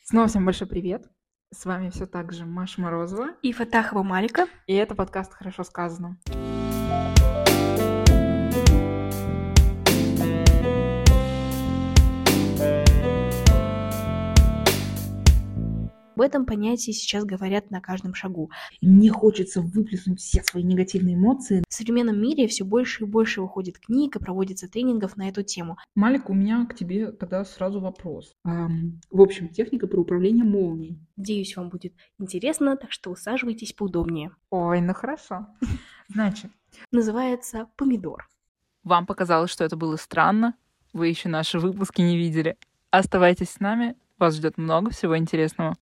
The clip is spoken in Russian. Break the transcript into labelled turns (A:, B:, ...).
A: Снова всем большой привет. С вами все так же Маша Морозова.
B: И Фатахова Малика.
A: И это подкаст «Хорошо сказано».
B: Об этом понятии сейчас говорят на каждом шагу.
A: И мне хочется выплеснуть все свои негативные эмоции.
B: В современном мире все больше и больше выходит книг и проводится тренингов на эту тему.
A: Малик, у меня к тебе тогда сразу вопрос. В общем, техника про управление молнией.
B: Надеюсь, вам будет интересно, так что усаживайтесь поудобнее.
A: Ой, ну хорошо. Значит,
B: Называется «Помидор».
C: Вам показалось, что это было странно? Вы еще наши выпуски не видели? Оставайтесь с нами, вас ждет много всего интересного.